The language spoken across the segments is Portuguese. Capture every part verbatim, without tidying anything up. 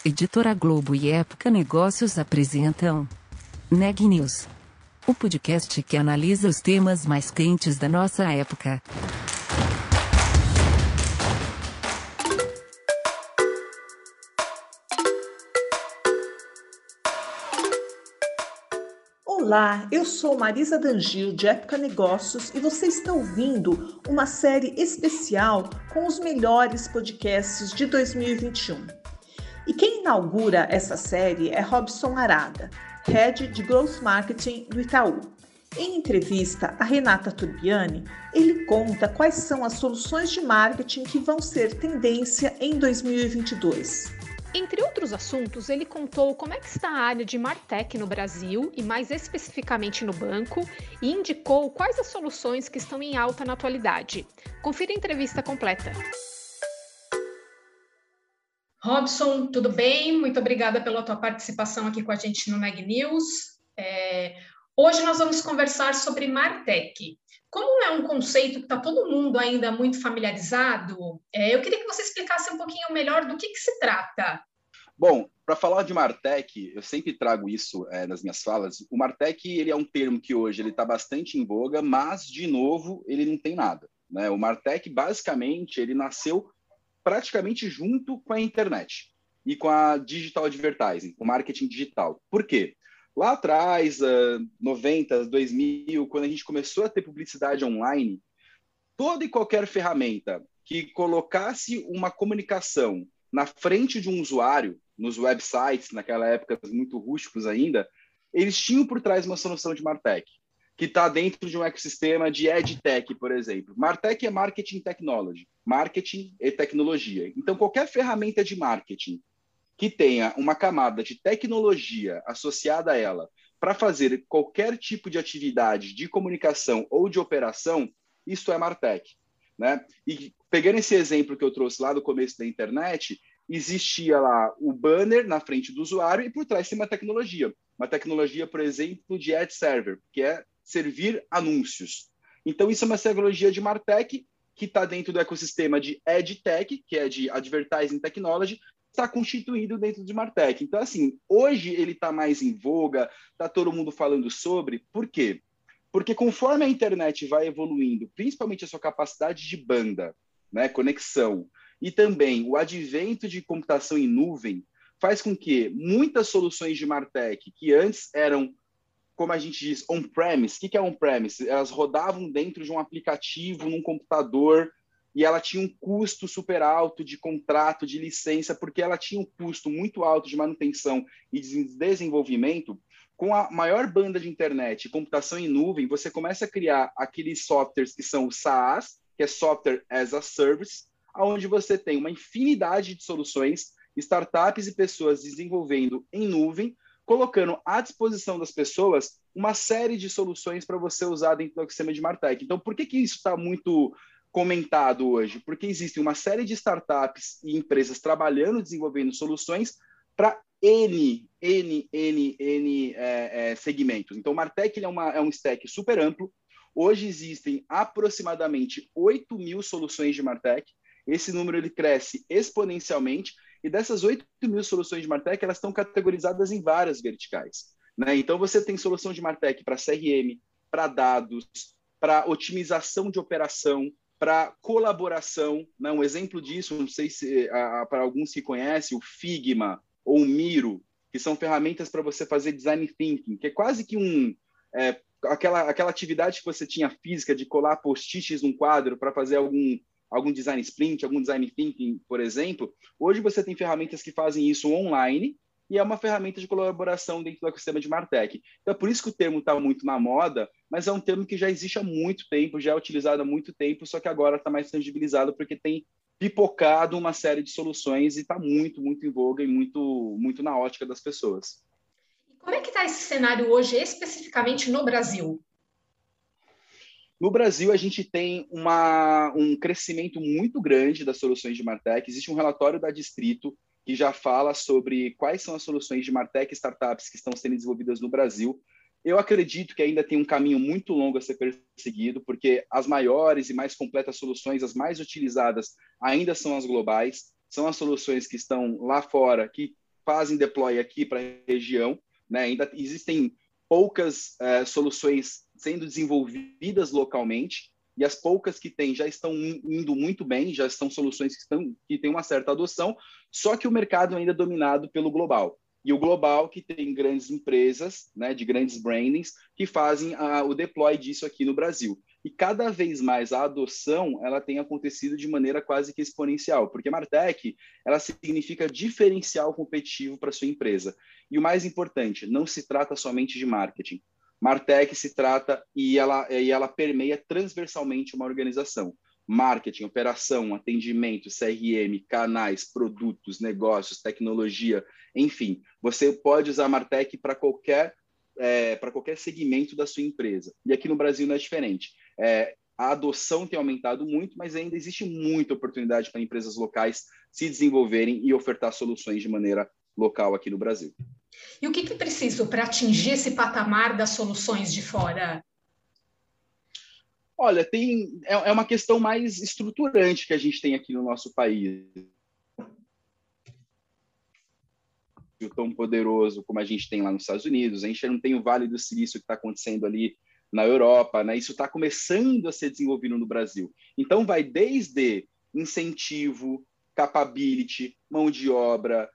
Editora Globo e Época Negócios apresentam Neg News, o podcast que analisa os temas mais quentes da nossa época. Olá, eu sou Marisa Dangil, de Época Negócios, e você está ouvindo uma série especial com os melhores podcasts de dois mil e vinte e um. E quem inaugura essa série é Robson Arada, Head de Growth Marketing do Itaú. Em entrevista a Renata Turbiani, ele conta quais são as soluções de marketing que vão ser tendência em dois mil e vinte e dois. Entre outros assuntos, ele contou como é que está a área de Martech no Brasil e mais especificamente no banco e indicou quais as soluções que estão em alta na atualidade. Confira a entrevista completa. Robson, tudo bem? Muito obrigada pela tua participação aqui com a gente no Neg News. É... Hoje nós vamos conversar sobre Martech. Como é um conceito que está todo mundo ainda muito familiarizado, é, eu queria que você explicasse um pouquinho melhor do que, que se trata. Bom, para falar de Martech, eu sempre trago isso é, nas minhas falas. O Martech ele é um termo que hoje ele está bastante em voga, mas, de novo, ele não tem nada, né? O Martech, basicamente, ele nasceu praticamente junto com a internet e com a digital advertising, com o marketing digital. Por quê? Lá atrás, uh, noventa, dois mil, quando a gente começou a ter publicidade online, toda e qualquer ferramenta que colocasse uma comunicação na frente de um usuário, nos websites, naquela época muito rústicos ainda, eles tinham por trás uma solução de Martech, que está dentro de um ecossistema de EdTech, por exemplo. Martech é Marketing Technology, marketing e tecnologia. Então, qualquer ferramenta de marketing que tenha uma camada de tecnologia associada a ela para fazer qualquer tipo de atividade de comunicação ou de operação, isso é Martech, né? E pegando esse exemplo que eu trouxe lá do começo da internet, existia lá o banner na frente do usuário e por trás tem uma tecnologia. Uma tecnologia, por exemplo, de ad server, que é servir anúncios. Então, isso é uma tecnologia de Martech que está dentro do ecossistema de EdTech, que é de Advertising Technology, está constituído dentro de Martech. Então, assim, hoje ele está mais em voga, está todo mundo falando sobre. Por quê? Porque conforme a internet vai evoluindo, principalmente a sua capacidade de banda, né, conexão, e também o advento de computação em nuvem, faz com que muitas soluções de Martech, que antes eram, como a gente diz, on-premise. O que é on-premise? Elas rodavam dentro de um aplicativo, num computador, e ela tinha um custo super alto de contrato, de licença, porque ela tinha um custo muito alto de manutenção e de desenvolvimento. Com a maior banda de internet, computação em nuvem, você começa a criar aqueles softwares que são o SaaS, que é Software as a Service, onde você tem uma infinidade de soluções, startups e pessoas desenvolvendo em nuvem, colocando à disposição das pessoas uma série de soluções para você usar dentro do ecossistema de Martech. Então, por que, que isso está muito comentado hoje? Porque existe uma série de startups e empresas trabalhando, desenvolvendo soluções para N, N, N, N é, é, segmentos. Então, o Martech ele é, uma, é um stack super amplo. Hoje existem aproximadamente oito mil soluções de Martech. Esse número ele cresce exponencialmente. E dessas oito mil soluções de Martech, elas estão categorizadas em várias verticais, né? Então, você tem solução de Martech para C R M, para dados, para otimização de operação, para colaboração, né? Um exemplo disso, não sei se para alguns que conhecem, o Figma ou o Miro, que são ferramentas para você fazer design thinking, que é quase que um é, aquela, aquela atividade que você tinha física de colar post-its num quadro para fazer algum, algum design sprint, algum design thinking, por exemplo. Hoje você tem ferramentas que fazem isso online e é uma ferramenta de colaboração dentro do ecossistema de Martech. Então, é por isso que o termo está muito na moda, mas é um termo que já existe há muito tempo, já é utilizado há muito tempo, só que agora está mais tangibilizado porque tem pipocado uma série de soluções e está muito, muito em voga e muito, muito na ótica das pessoas. E como é que está esse cenário hoje, especificamente no Brasil? No Brasil, a gente tem uma, um crescimento muito grande das soluções de Martech. Existe um relatório da Distrito que já fala sobre quais são as soluções de Martech startups que estão sendo desenvolvidas no Brasil. Eu acredito que ainda tem um caminho muito longo a ser perseguido, porque as maiores e mais completas soluções, as mais utilizadas, ainda são as globais, são as soluções que estão lá fora, que fazem deploy aqui para a região, né? Ainda existem poucas uh, soluções sendo desenvolvidas localmente, e as poucas que tem já estão indo muito bem, já são soluções que, estão, que têm uma certa adoção, só que o mercado ainda é dominado pelo global. E o global que tem grandes empresas, né, de grandes brandings, que fazem a, o deploy disso aqui no Brasil. E cada vez mais a adoção ela tem acontecido de maneira quase que exponencial, porque MarTech ela significa diferencial competitivo para sua empresa. E o mais importante, não se trata somente de marketing. MarTech se trata e ela, e ela permeia transversalmente uma organização. Marketing, operação, atendimento, C R M, canais, produtos, negócios, tecnologia, enfim. Você pode usar a MarTech para qualquer, é, para qualquer segmento da sua empresa. E aqui no Brasil não é diferente. É, a adoção tem aumentado muito, mas ainda existe muita oportunidade para empresas locais se desenvolverem e ofertar soluções de maneira local aqui no Brasil. E o que, que é preciso para atingir esse patamar das soluções de fora? Olha, tem, é, é uma questão mais estruturante que a gente tem aqui no nosso país. Tão poderoso como a gente tem lá nos Estados Unidos, a gente não tem o Vale do Silício que está acontecendo ali na Europa, né? Isso está começando a ser desenvolvido no Brasil. Então, vai desde incentivo, capability, mão de obra,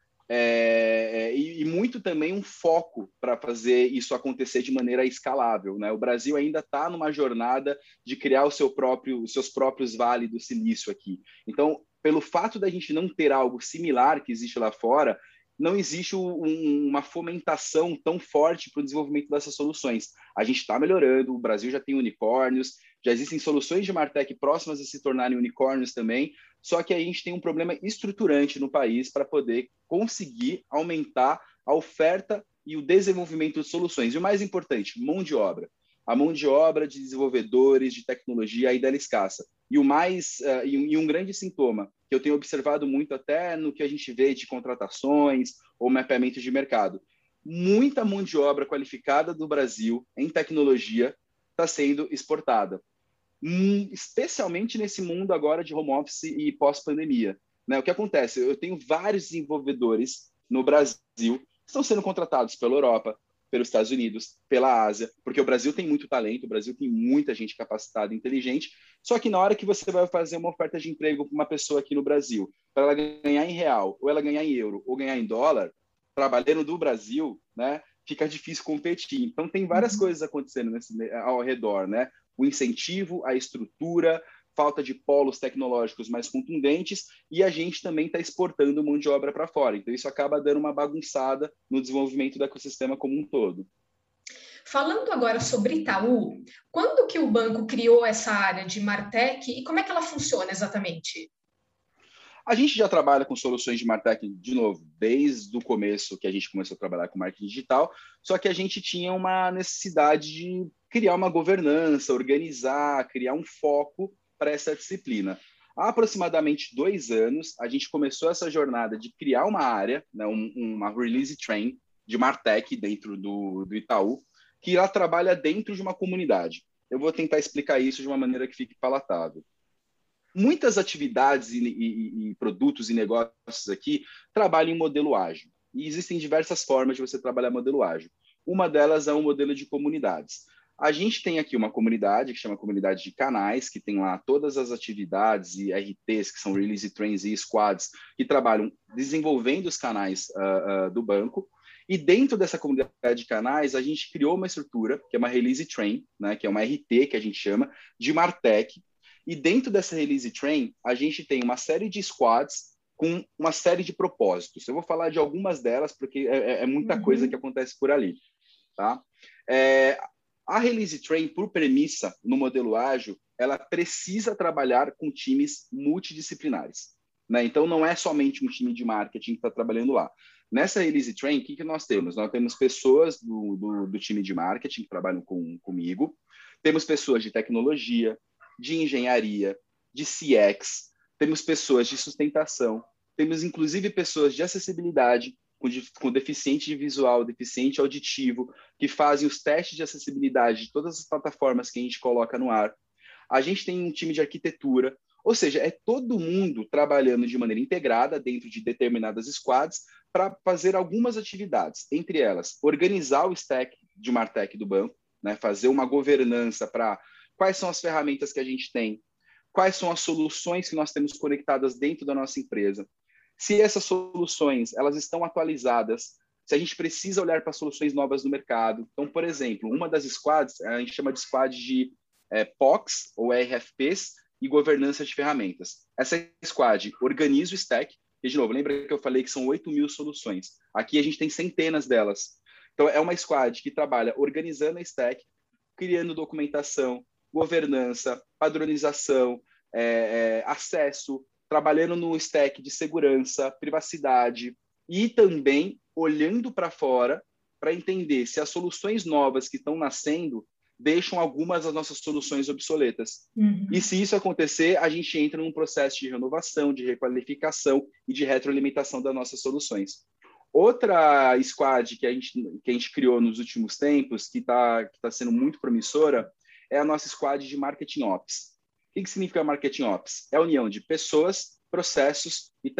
É, e, e muito também um foco para fazer isso acontecer de maneira escalável, né? O Brasil ainda está numa jornada de criar o seu próprio, os seus próprios vales do silício aqui. Então, pelo fato da gente não ter algo similar que existe lá fora, não existe um, uma fomentação tão forte para o desenvolvimento dessas soluções. A gente está melhorando, o Brasil já tem unicórnios, já existem soluções de MarTech próximas a se tornarem unicórnios também, só que a gente tem um problema estruturante no país para poder conseguir aumentar a oferta e o desenvolvimento de soluções. E o mais importante, mão de obra. A mão de obra de desenvolvedores, de tecnologia ainda é escassa. E, o mais, uh, e, um, e um grande sintoma, que eu tenho observado muito até no que a gente vê de contratações ou mapeamento de mercado, muita mão de obra qualificada do Brasil em tecnologia está sendo exportada. Hum, especialmente nesse mundo agora de home office e pós-pandemia. Né? O que acontece? Eu tenho vários desenvolvedores no Brasil que estão sendo contratados pela Europa, pelos Estados Unidos, pela Ásia, porque o Brasil tem muito talento, o Brasil tem muita gente capacitada e inteligente, só que na hora que você vai fazer uma oferta de emprego para uma pessoa aqui no Brasil, para ela ganhar em real, ou ela ganhar em euro, ou ganhar em dólar, trabalhando do Brasil, né, fica difícil competir. Então, tem várias uhum. coisas acontecendo nesse, ao redor, né? O incentivo, a estrutura, falta de polos tecnológicos mais contundentes, e a gente também está exportando mão de obra para fora. Então, isso acaba dando uma bagunçada no desenvolvimento do ecossistema como um todo. Falando agora sobre Itaú, quando que o banco criou essa área de MarTech e como é que ela funciona exatamente? A gente já trabalha com soluções de MarTech, de novo, desde o começo que a gente começou a trabalhar com marketing digital, só que a gente tinha uma necessidade de criar uma governança, organizar, criar um foco para essa disciplina. Há aproximadamente dois anos, a gente começou essa jornada de criar uma área, né, um, uma release train de MarTech dentro do, do Itaú, que ela trabalha dentro de uma comunidade. Eu vou tentar explicar isso de uma maneira que fique palatável. Muitas atividades e, e, e produtos e negócios aqui trabalham em modelo ágil. E existem diversas formas de você trabalhar modelo ágil. Uma delas é um modelo de comunidades. A gente tem aqui uma comunidade que chama Comunidade de Canais, que tem lá todas as atividades e R Ts, que são Release Trains e Squads, que trabalham desenvolvendo os canais uh, uh, do banco. E dentro dessa comunidade de canais, a gente criou uma estrutura, que é uma Release Train, né, que é uma R T, que a gente chama, de MarTech. E dentro dessa Release Train, a gente tem uma série de squads com uma série de propósitos. Eu vou falar de algumas delas, porque é, é muita uhum. coisa que acontece por ali. Tá? É, a Release Train, por premissa, no modelo ágil, ela precisa trabalhar com times multidisciplinares. Né? Então, não é somente um time de marketing que está trabalhando lá. Nessa Release Train, o que, que nós temos? Nós temos pessoas do, do, do time de marketing que trabalham com, comigo, temos pessoas de tecnologia, de engenharia, de C X, temos pessoas de sustentação, temos inclusive pessoas de acessibilidade, com, com deficiente de visual, deficiente auditivo, que fazem os testes de acessibilidade de todas as plataformas que a gente coloca no ar. A gente tem um time de arquitetura, Ou seja, é todo mundo trabalhando de maneira integrada dentro de determinadas squads para fazer algumas atividades, entre elas, organizar o stack de Martech do banco, né, fazer uma governança para quais são as ferramentas que a gente tem, quais são as soluções que nós temos conectadas dentro da nossa empresa, se essas soluções elas estão atualizadas, se a gente precisa olhar para soluções novas no mercado. Então, por exemplo, uma das squads, a gente chama de squad de é, P O Cs, ou R F Ps, e governança de ferramentas. Essa squad organiza o stack, e, de novo, lembra que eu falei que são oito mil soluções. Aqui a gente tem centenas delas. Então, é uma squad que trabalha organizando a stack, criando documentação, governança, padronização, é, é, acesso, trabalhando no stack de segurança, privacidade, e também olhando para fora para entender se as soluções novas que estão nascendo deixam algumas das nossas soluções obsoletas. Uhum. E se isso acontecer, a gente entra num processo de renovação, de requalificação e de retroalimentação das nossas soluções. Outra squad que a gente, que a gente criou nos últimos tempos, que está que tá sendo muito promissora, é a nossa squad de Marketing Ops. O que, que significa Marketing Ops? É a união de pessoas, processos e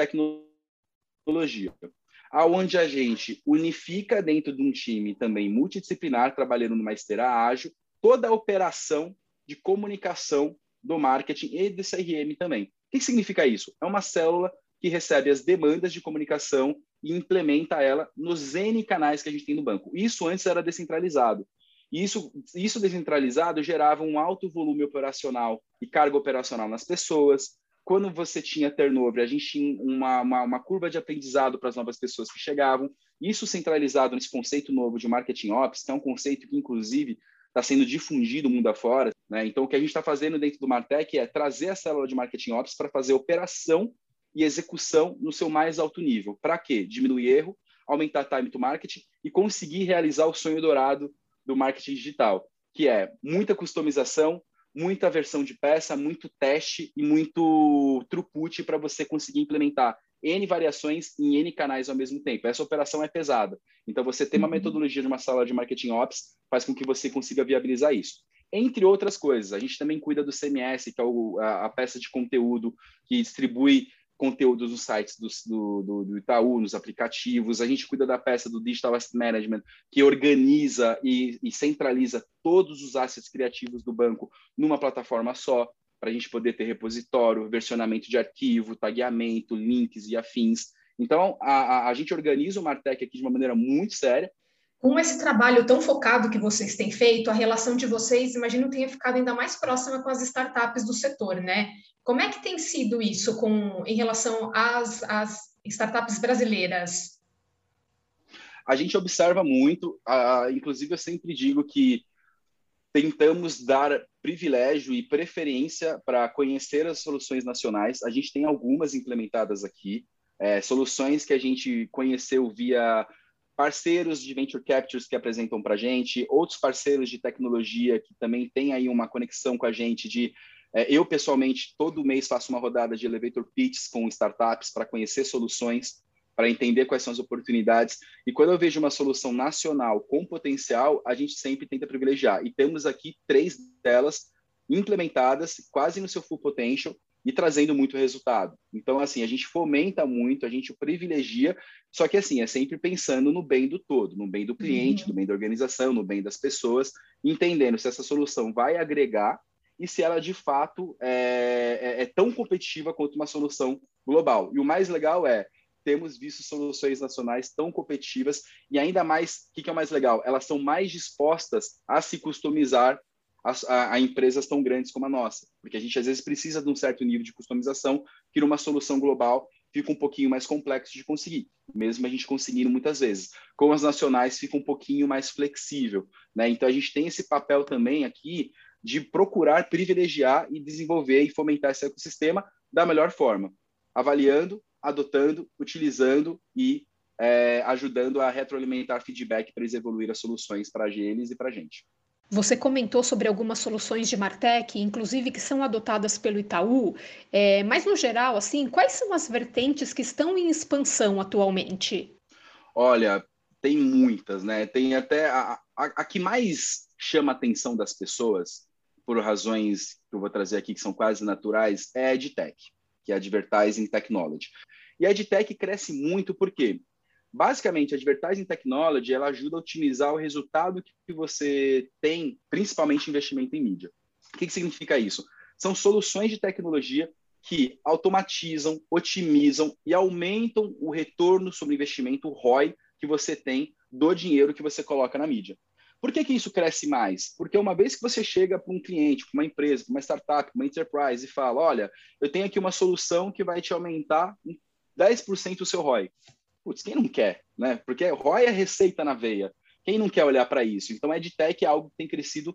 tecnologia, aonde a gente unifica dentro de um time também multidisciplinar, trabalhando numa esteira ágil, toda a operação de comunicação do marketing e do C R M também. O que, que significa isso? É uma célula que recebe as demandas de comunicação e implementa ela nos N canais que a gente tem no banco. Isso antes era descentralizado. E isso, isso descentralizado gerava um alto volume operacional e carga operacional nas pessoas. Quando você tinha turnover, a gente tinha uma, uma, uma curva de aprendizado para as novas pessoas que chegavam. Isso centralizado nesse conceito novo de Marketing Ops, que é um conceito que, inclusive, está sendo difundido mundo afora, né? Então, o que a gente está fazendo dentro do Martech é trazer a célula de Marketing Ops para fazer operação e execução no seu mais alto nível. Para quê? Diminuir erro, aumentar time to market e conseguir realizar o sonho dourado do marketing digital, que é muita customização, muita versão de peça, muito teste e muito throughput para você conseguir implementar N variações em N canais ao mesmo tempo. Essa operação é pesada. Então, você ter uma metodologia de uma sala de Marketing Ops faz com que você consiga viabilizar isso. Entre outras coisas, a gente também cuida do C M S, que é o, a, a peça de conteúdo que distribui conteúdos nos sites do, do, do Itaú, nos aplicativos. A gente cuida da peça do Digital Asset Management, que organiza e, e centraliza todos os assets criativos do banco numa plataforma só, para a gente poder ter repositório, versionamento de arquivo, tagueamento, links e afins. Então, a, a, a gente organiza o Martech aqui de uma maneira muito séria. Com esse trabalho tão focado que vocês têm feito, a relação de vocês, imagino, tenha ficado ainda mais próxima com as startups do setor, né? Como é que tem sido isso com, em relação às, às startups brasileiras? A gente observa muito, uh, inclusive eu sempre digo que tentamos dar privilégio e preferência para conhecer as soluções nacionais. A gente tem algumas implementadas aqui, é, soluções que a gente conheceu via parceiros de Venture Captures que apresentam para a gente, outros parceiros de tecnologia que também têm aí uma conexão com a gente de... É, eu, pessoalmente, todo mês faço uma rodada de elevator pitches com startups para conhecer soluções, para entender quais são as oportunidades. E quando eu vejo uma solução nacional com potencial, a gente sempre tenta privilegiar. E temos aqui três delas implementadas, quase no seu full potential, e trazendo muito resultado. Então, assim, a gente fomenta muito, a gente privilegia, só que, assim, é sempre pensando no bem do todo, no bem do cliente, uhum. no bem da organização, no bem das pessoas, entendendo se essa solução vai agregar e se ela, de fato, é, é, é tão competitiva quanto uma solução global. E o mais legal é, temos visto soluções nacionais tão competitivas e ainda mais, o que, que é o mais legal? Elas são mais dispostas a se customizar a, a, a empresas tão grandes como a nossa, porque a gente às vezes precisa de um certo nível de customização que numa solução global fica um pouquinho mais complexo de conseguir, mesmo a gente conseguindo muitas vezes. Com as nacionais fica um pouquinho mais flexível, né? Então a gente tem esse papel também aqui de procurar privilegiar e desenvolver e fomentar esse ecossistema da melhor forma, avaliando, adotando, utilizando e é, ajudando a retroalimentar feedback para eles evoluir as soluções para eles e para a gente. Você comentou sobre algumas soluções de Martech, inclusive que são adotadas pelo Itaú, é, mas no geral, assim, quais são as vertentes que estão em expansão atualmente? Olha, tem muitas, né? Tem até a, a, a que mais chama a atenção das pessoas, por razões que eu vou trazer aqui, que são quase naturais, é a EdTech, que é Advertising Technology. E a EdTech cresce muito porque, basicamente, a Advertising Technology ela ajuda a otimizar o resultado que você tem, principalmente investimento em mídia. O que, que significa isso? São soluções de tecnologia que automatizam, otimizam e aumentam o retorno sobre investimento, o R O I, que você tem do dinheiro que você coloca na mídia. Por que que isso cresce mais? Porque uma vez que você chega para um cliente, para uma empresa, para uma startup, para uma enterprise e fala, olha, eu tenho aqui uma solução que vai te aumentar dez por cento o seu R O I. Putz, quem não quer, né? Porque R O I é receita na veia. Quem não quer olhar para isso? Então, a EdTech é algo que tem crescido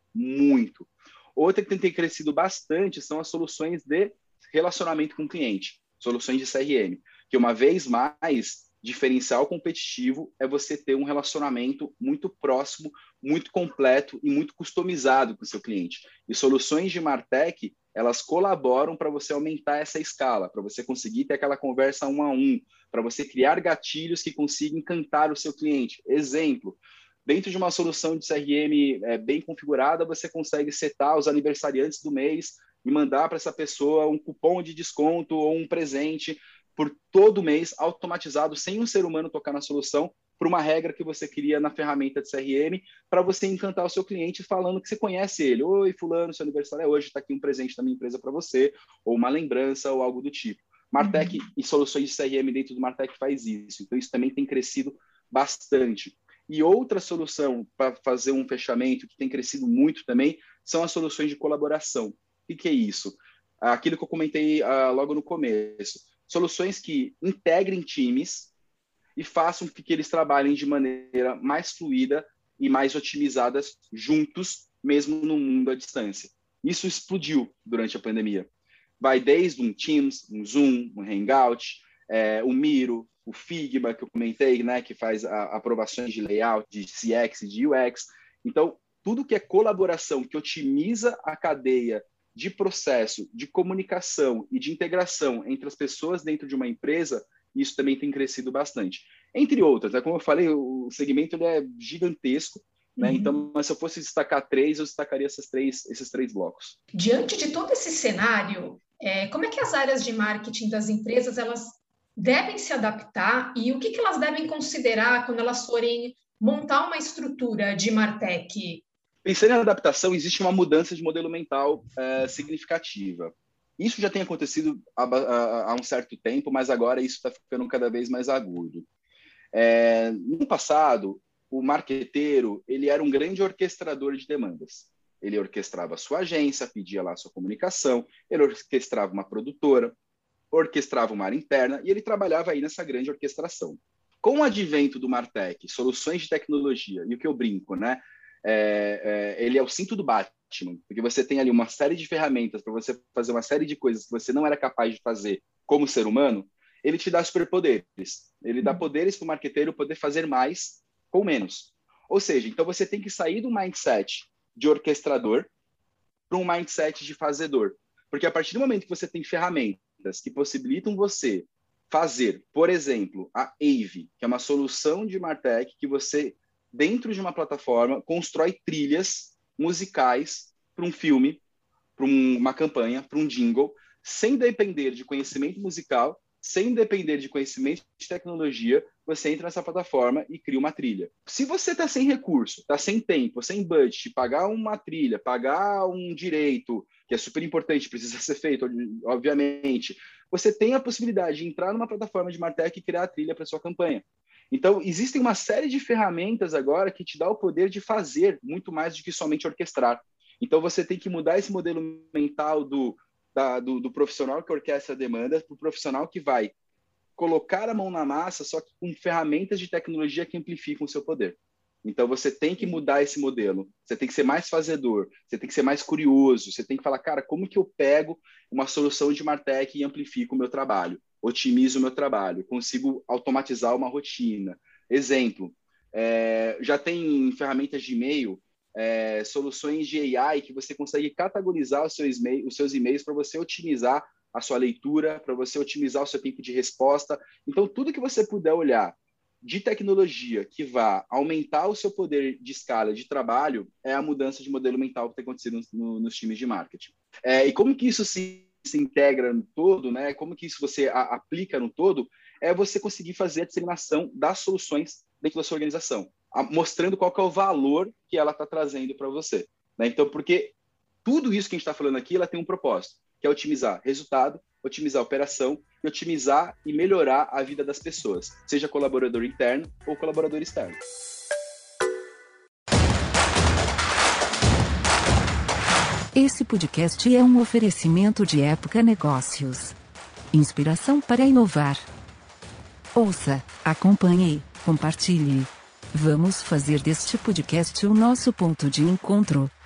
muito. Outra que tem crescido bastante são as soluções de relacionamento com o cliente, soluções de C R M, que uma vez mais, diferencial competitivo é você ter um relacionamento muito próximo, muito completo e muito customizado com o seu cliente. E soluções de MarTech, elas colaboram para você aumentar essa escala, para você conseguir ter aquela conversa um a um, para você criar gatilhos que consigam encantar o seu cliente. Exemplo, dentro de uma solução de C R M é, bem configurada, você consegue setar os aniversariantes do mês e mandar para essa pessoa um cupom de desconto ou um presente por todo mês, automatizado, sem um ser humano tocar na solução, por uma regra que você cria na ferramenta de C R M, para você encantar o seu cliente falando que você conhece ele. Oi, fulano, seu aniversário é hoje, está aqui um presente da minha empresa para você, ou uma lembrança, ou algo do tipo. MarTech uhum. e soluções de C R M dentro do MarTech faz isso. Então, isso também tem crescido bastante. E outra solução para fazer um fechamento que tem crescido muito também são as soluções de colaboração. O que, que é isso? Aquilo que eu comentei uh, logo no começo. Soluções que integrem times e façam com que eles trabalhem de maneira mais fluida e mais otimizadas juntos, mesmo no mundo à distância. Isso explodiu durante a pandemia. Vai desde um Teams, um Zoom, um Hangout, é, o Miro, o Figma, que eu comentei, né, que faz a, aprovações de layout, de C X e de U X. Então, tudo que é colaboração, que otimiza a cadeia de processo, de comunicação e de integração entre as pessoas dentro de uma empresa, isso também tem crescido bastante. Entre outras, né? Como eu falei, o segmento ele é gigantesco, né? Uhum. Então, mas se eu fosse destacar três, eu destacaria essas três, esses três blocos. Diante de todo esse cenário, é, como é que as áreas de marketing das empresas elas devem se adaptar e o que, que elas devem considerar quando elas forem montar uma estrutura de MarTech? Pensando em adaptação, existe uma mudança de modelo mental é, significativa. Isso já tem acontecido há, há, há um certo tempo, mas agora isso está ficando cada vez mais agudo. É, no passado, o marqueteiro ele era um grande orquestrador de demandas. Ele orquestrava a sua agência, pedia lá a sua comunicação, ele orquestrava uma produtora, orquestrava uma área interna e ele trabalhava aí nessa grande orquestração. Com o advento do MarTech, soluções de tecnologia, e o que eu brinco, né? É, é, ele é o cinto do Batman, porque você tem ali uma série de ferramentas para você fazer uma série de coisas que você não era capaz de fazer como ser humano, ele te dá superpoderes. Ele dá poderes para o marqueteiro poder fazer mais com menos. Ou seja, então você tem que sair do mindset de orquestrador para um mindset de fazedor. Porque a partir do momento que você tem ferramentas que possibilitam você fazer, por exemplo, a Ave, que é uma solução de MarTech que você dentro de uma plataforma, constrói trilhas musicais para um filme, para um, uma campanha, para um jingle, sem depender de conhecimento musical, sem depender de conhecimento de tecnologia, você entra nessa plataforma e cria uma trilha. Se você está sem recurso, está sem tempo, sem budget, pagar uma trilha, pagar um direito, que é super importante, precisa ser feito, obviamente, você tem a possibilidade de entrar numa plataforma de MarTech e criar a trilha para sua campanha. Então, existem uma série de ferramentas agora que te dá o poder de fazer muito mais do que somente orquestrar. Então, você tem que mudar esse modelo mental do, da, do, do profissional que orquestra a demanda para o profissional que vai colocar a mão na massa, só que com ferramentas de tecnologia que amplificam o seu poder. Então, você tem que mudar esse modelo. Você tem que ser mais fazedor, você tem que ser mais curioso, você tem que falar, cara, como que eu pego uma solução de MarTech e amplifico o meu trabalho? Otimizo o meu trabalho, consigo automatizar uma rotina. Exemplo, é, já tem ferramentas de e-mail, é, soluções de A I que você consegue categorizar os seus, e-mail, os seus e-mails para você otimizar a sua leitura, para você otimizar o seu tempo de resposta. Então, tudo que você puder olhar de tecnologia que vá aumentar o seu poder de escala de trabalho é a mudança de modelo mental que tem acontecido no, nos times de marketing. É, e como que isso se, se integra no todo, né? Como que isso você a, aplica no todo, é você conseguir fazer a disseminação das soluções dentro da sua organização, a, mostrando qual que é o valor que ela está trazendo para você. Né? Então, porque tudo isso que a gente está falando aqui, ela tem um propósito, que é otimizar resultado, otimizar a operação e otimizar e melhorar a vida das pessoas, seja colaborador interno ou colaborador externo. Esse podcast é um oferecimento de Época Negócios. Inspiração para inovar. Ouça, acompanhe, compartilhe. Vamos fazer deste podcast o nosso ponto de encontro.